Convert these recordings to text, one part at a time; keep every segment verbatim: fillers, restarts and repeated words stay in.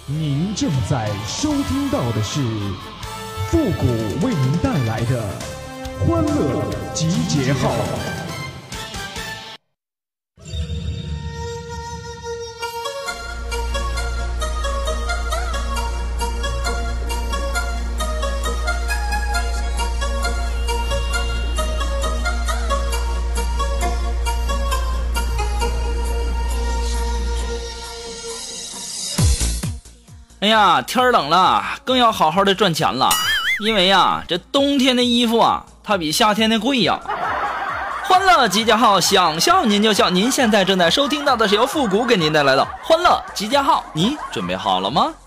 您正在收听到的是复古为您带来的欢乐集结号。 哎呀，天冷了，更要好好的赚钱了，因为呀，这冬天的衣服啊，它比夏天的贵呀。欢乐集结号，想笑您就笑。您现在正在收听到的是由复古给您带来的欢乐集结号，你准备好了吗？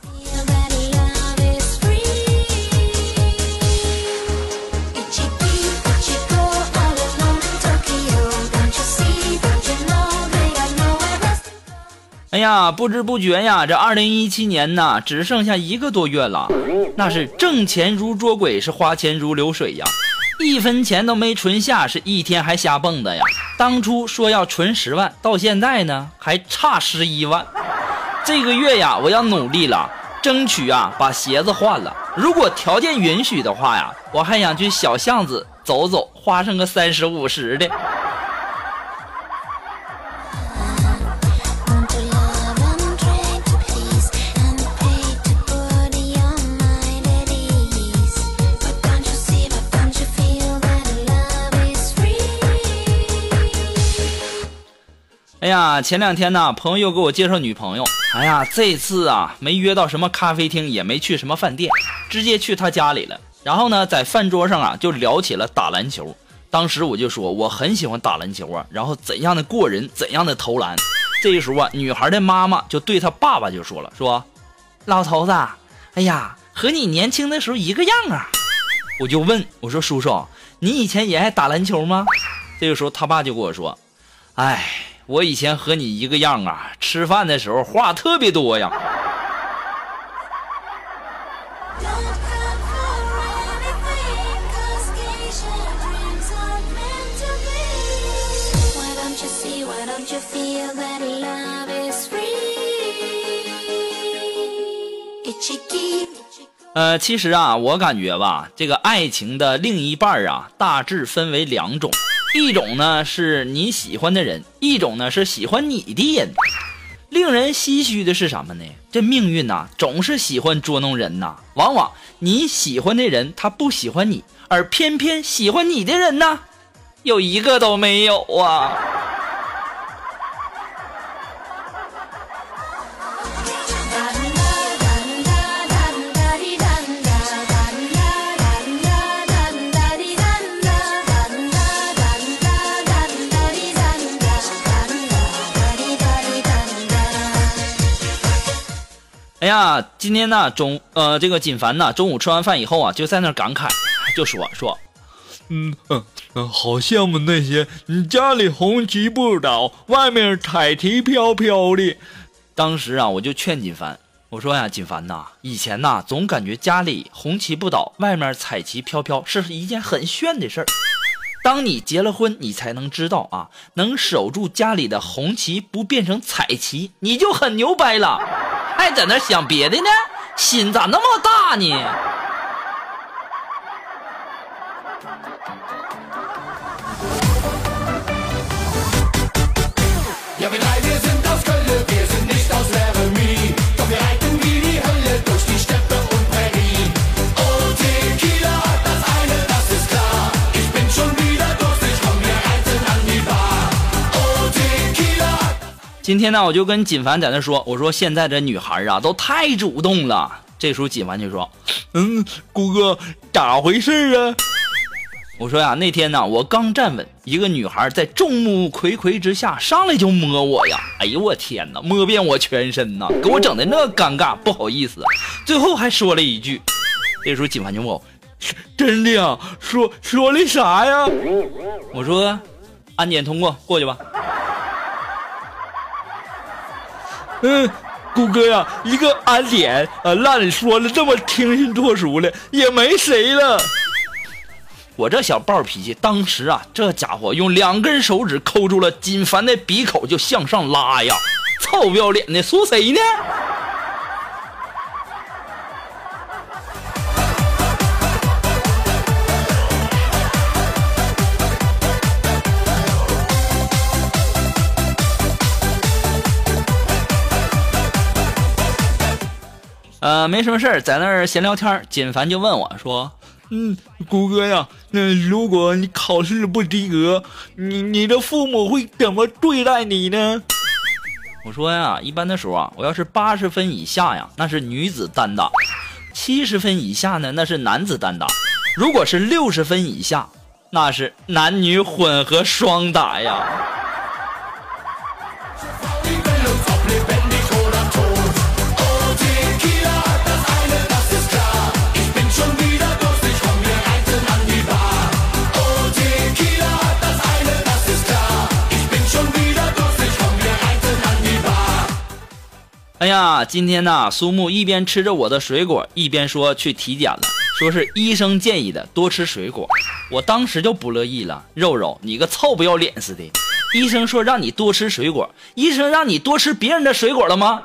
哎呀，不知不觉呀，这二零一七年呢，只剩下一个多月了。那是挣钱如捉鬼，是花钱如流水呀，一分钱都没存下，是一天还瞎蹦的呀。当初说要存十万，到现在呢，还差十一万。这个月呀，我要努力了，争取啊把鞋子换了。如果条件允许的话呀，我还想去小巷子走走，花上个三十五十的。哎呀，前两天呢，朋友给我介绍女朋友。哎呀，这次啊，没约到什么咖啡厅，也没去什么饭店，直接去他家里了。然后呢，在饭桌上啊，就聊起了打篮球。当时我就说我很喜欢打篮球啊，然后怎样的过人，怎样的投篮。这个时候啊，女孩的妈妈就对他爸爸就说了，说老头子，哎呀，和你年轻的时候一个样啊。我就问我说，叔叔，你以前也爱打篮球吗？这个时候他爸就跟我说，哎，我以前和你一个样啊，吃饭的时候话特别多呀。呃，其实啊，我感觉吧，这个爱情的另一半啊，大致分为两种。一种呢是你喜欢的人，一种呢是喜欢你的人。令人唏嘘的是什么呢？这命运呐、啊，总是喜欢捉弄人呐、啊。往往你喜欢的人他不喜欢你，而偏偏喜欢你的人呢，有一个都没有啊。哎呀，今天呢中呃这个锦凡呢中午吃完饭以后啊，就在那感慨，就说说， 嗯嗯嗯，好羡慕那些你家里红旗不倒，外面彩旗飘飘的。 当时啊，我就劝锦凡，我说呀，锦凡呐，以前呐总感觉家里红旗不倒，外面彩旗飘飘是一件很炫的事儿。当你结了婚，你才能知道啊，能守住家里的红旗不变成彩旗，你就很牛掰了。还在那想别的呢，心咋那么大呢？今天呢，我就跟锦凡在那说，我说现在这女孩啊都太主动了。这时候锦凡就说， 嗯，谷哥咋回事啊？ 我说呀，那天呢我刚站稳，一个女孩在众目睽睽之下上来就摸我呀，哎呦我天哪，摸遍我全身呐，给我整的那尴尬，不好意思，最后还说了一句。这时候锦凡就问我， 真的呀？说说了啥呀？ 我说安检通过，过去吧。 嗯，谷歌呀，一个安检啊，让你说了这么听信脱俗的，也没谁了。 我这小暴脾气，当时啊，这家伙用两根手指抠住了锦凡的鼻口，就向上拉呀，臭不要脸的，说谁呢？ 呃，没什么事儿，在那儿闲聊天。锦凡就问我说：“ 嗯，谷歌呀，那如果你考试不及格，你你的父母会怎么对待你呢？” 我说呀，一般的时候啊，我要是八十分以下呀，那是女子单打；七十分以下呢，那是男子单打；如果是六十分以下，那是男女混合双打呀。哎呀，今天呢，苏木一边吃着我的水果，一边说去体检了，说是医生建议的，多吃水果。我当时就不乐意了，肉肉，你个臭不要脸似的！医生说让你多吃水果，医生让你多吃别人的水果了吗？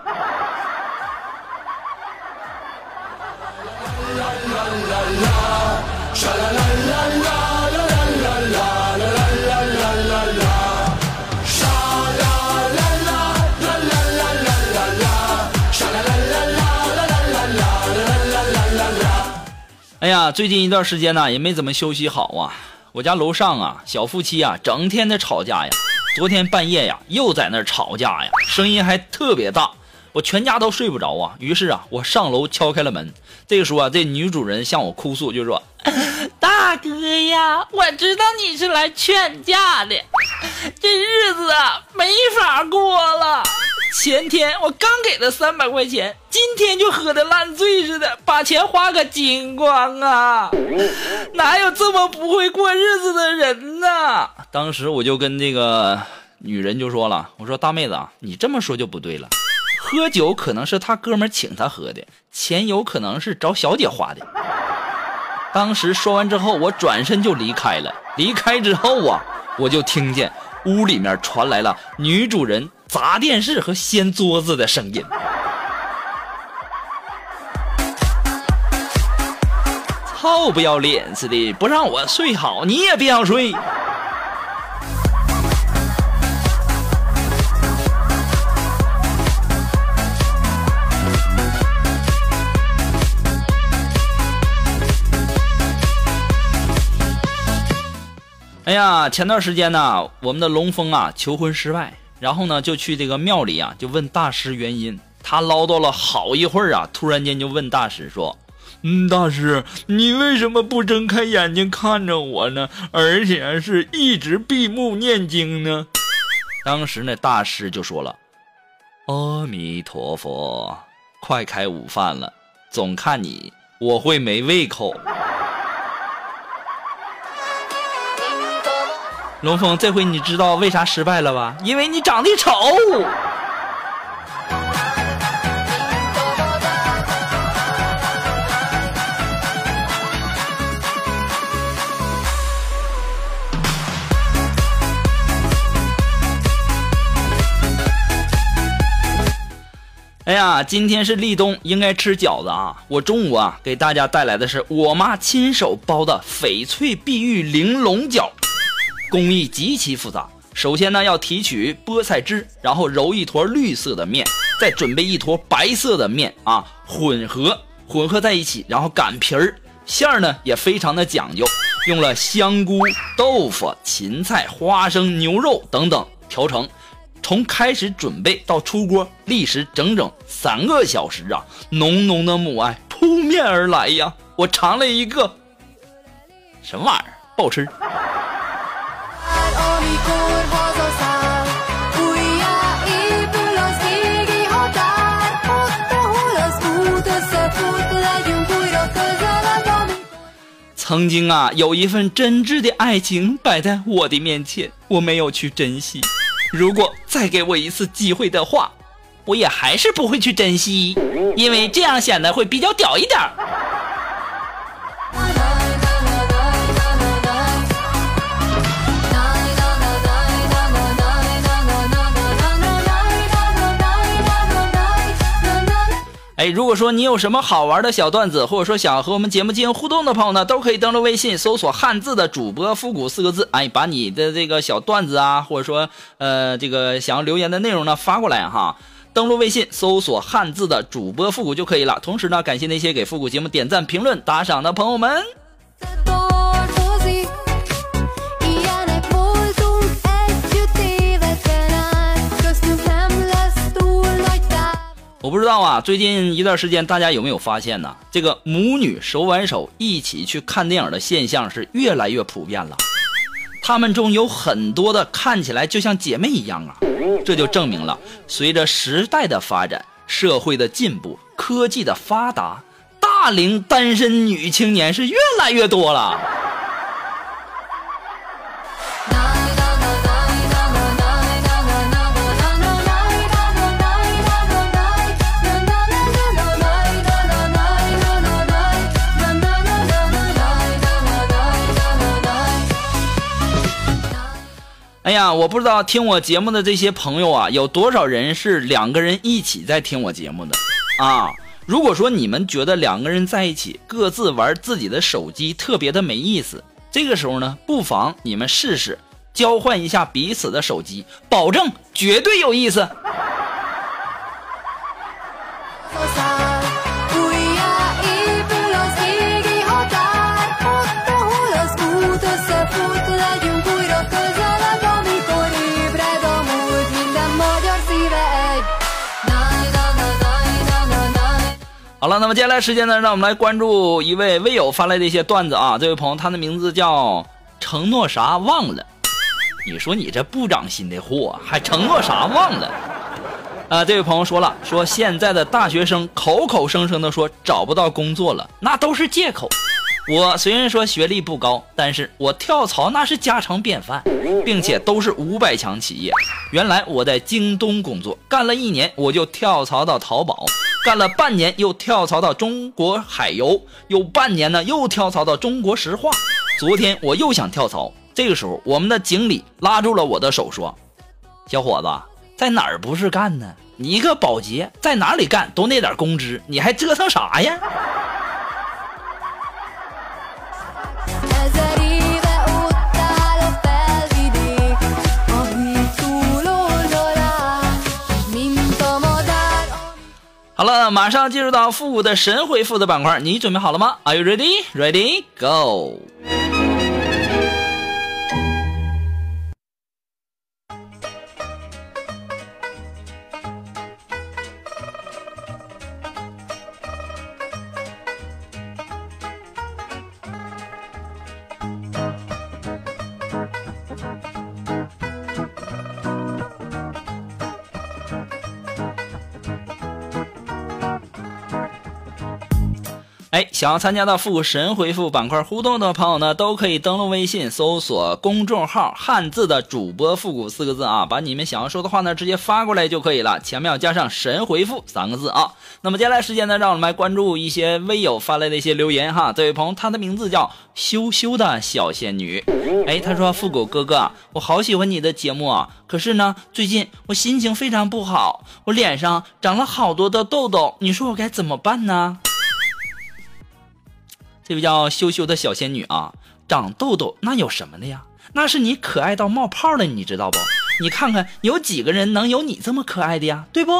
哎呀，最近一段时间呢，也没怎么休息好啊。我家楼上啊，小夫妻啊，整天的吵架呀。昨天半夜呀，又在那儿吵架呀，声音还特别大，我全家都睡不着啊。于是啊，我上楼敲开了门。这个时候啊，这女主人向我哭诉，就说：“大哥呀，我知道你是来劝架的，这日子啊没法过了。前天我刚给他三百块钱，今天就喝得烂醉似的，把钱花个精光啊！哪有这么不会过日子的人呢？”当时我就跟这个女人就说了，我说大妹子啊，你这么说就不对了，喝酒可能是他哥们请他喝的，钱有可能是找小姐花的。当时说完之后，我转身就离开了。离开之后啊，我就听见屋里面传来了女主人砸电视和掀桌子的声音。臭不要脸似的，不让我睡好，你也别想睡。哎呀，前段时间呢，我们的龙峰啊求婚失败，然后呢就去这个庙里啊，就问大师原因。他唠叨了好一会儿啊，突然间就问大师说：“ 嗯，大师，你为什么不睁开眼睛看着我呢？而且是一直闭目念经呢？” 当时呢，大师就说了：“阿弥陀佛，快开午饭了，总看你我会没胃口。”龙峰，这回你知道为啥失败了吧？因为你长得丑。哎呀，今天是立冬，应该吃饺子啊！我中午啊给大家带来的是我妈亲手包的翡翠碧玉玲珑饺。工艺极其复杂，首先呢要提取菠菜汁，然后揉一坨绿色的面，再准备一坨白色的面啊，混合混合在一起，然后擀皮儿。馅儿呢也非常的讲究，用了香菇、豆腐、芹菜、花生、牛肉等等调成。从开始准备到出锅，历时整整三个小时啊！浓浓的母爱扑面而来呀！我尝了一个，什么玩意儿，不好吃。曾经啊，有一份真挚的爱情摆在我的面前，我没有去珍惜。如果再给我一次机会的话，我也还是不会去珍惜，因为这样显得会比较屌一点。哎，如果说你有什么好玩的小段子，或者说想和我们节目进行互动的朋友呢，都可以登录微信搜索汉字的主播复古四个字，哎，把你的这个小段子啊，或者说呃这个想要留言的内容呢发过来哈。 登录微信搜索汉字的主播复古就可以了。同时呢，感谢那些给复古节目点赞、评论、打赏的朋友们。我不知道啊，最近一段时间大家有没有发现呢？这个母女手挽手一起去看电影的现象是越来越普遍了。他们中有很多的看起来就像姐妹一样啊，这就证明了随着时代的发展、社会的进步、科技的发达，大龄单身女青年是越来越多了。哎呀，我不知道听我节目的这些朋友啊，有多少人是两个人一起在听我节目的啊？如果说你们觉得两个人在一起各自玩自己的手机特别的没意思，这个时候呢，不妨你们试试交换一下彼此的手机，保证绝对有意思。好了，那么接下来时间呢，让我们来关注一位微友发来的一些段子啊。这位朋友，他的名字叫承诺啥忘了。你说你这不长心的货，还承诺啥忘了？啊，这位朋友说了，说现在的大学生口口声声的说找不到工作了，那都是借口。我虽然说学历不高，但是我跳槽那是家常便饭，并且都是五百强企业。原来我在京东工作，干了一年我就跳槽到淘宝，干了半年又跳槽到中国海油，有半年呢又跳槽到中国石化。昨天我又想跳槽，这个时候我们的经理拉住了我的手说，小伙子，在哪儿不是干呢？你一个保洁在哪里干都那点工资，你还折腾啥呀？好了，马上进入到复古的神回复的板块，你准备好了吗？ Are you ready? Ready? Go! 哎，想要参加到复古神回复板块互动的朋友呢，都可以登录微信搜索公众号汉字的主播复古四个字啊，把你们想要说的话呢直接发过来就可以了，前面要加上神回复三个字啊。那么接下来时间呢，让我们来关注一些微友发来的一些留言哈。这位朋友他的名字叫羞羞的小仙女，哎，他说复古哥哥，我好喜欢你的节目啊，可是呢最近我心情非常不好，我脸上长了好多的痘痘，你说我该怎么办呢？这位叫羞羞的小仙女啊，长痘痘那有什么的呀？那是你可爱到冒泡了，你知道不？你看看有几个人能有你这么可爱的呀，对不？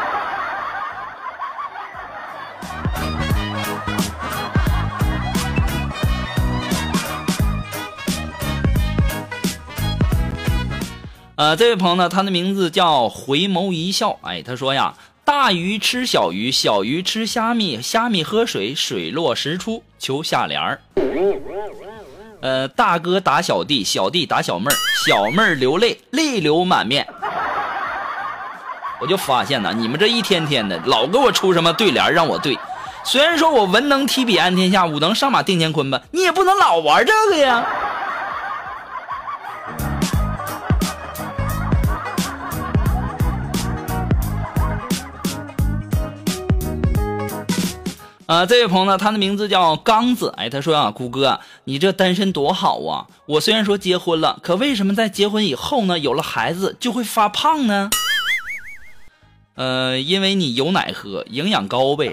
呃，这位朋友呢，他的名字叫回眸一笑，哎，他说呀，大鱼吃小鱼，小鱼吃虾米，虾米喝水，水落石出，求下联儿。呃，大哥打小弟，小弟打小妹儿，小妹儿流泪，泪流满面。我就发现呢，你们这一天天的老给我出什么对联让我对。虽然说我文能提笔安天下，武能上马定乾坤吧，你也不能老玩这个呀。啊、呃，这位朋友呢，他的名字叫刚子，哎，他说啊，谷哥，你这单身多好啊！我虽然说结婚了，可为什么在结婚以后呢，有了孩子就会发胖呢？呃，因为你有奶喝，营养高呗。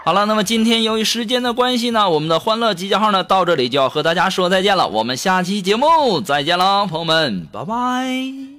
好了，那么今天由于时间的关系呢，我们的欢乐集结号呢到这里就要和大家说再见了，我们下期节目再见了，朋友们，拜拜。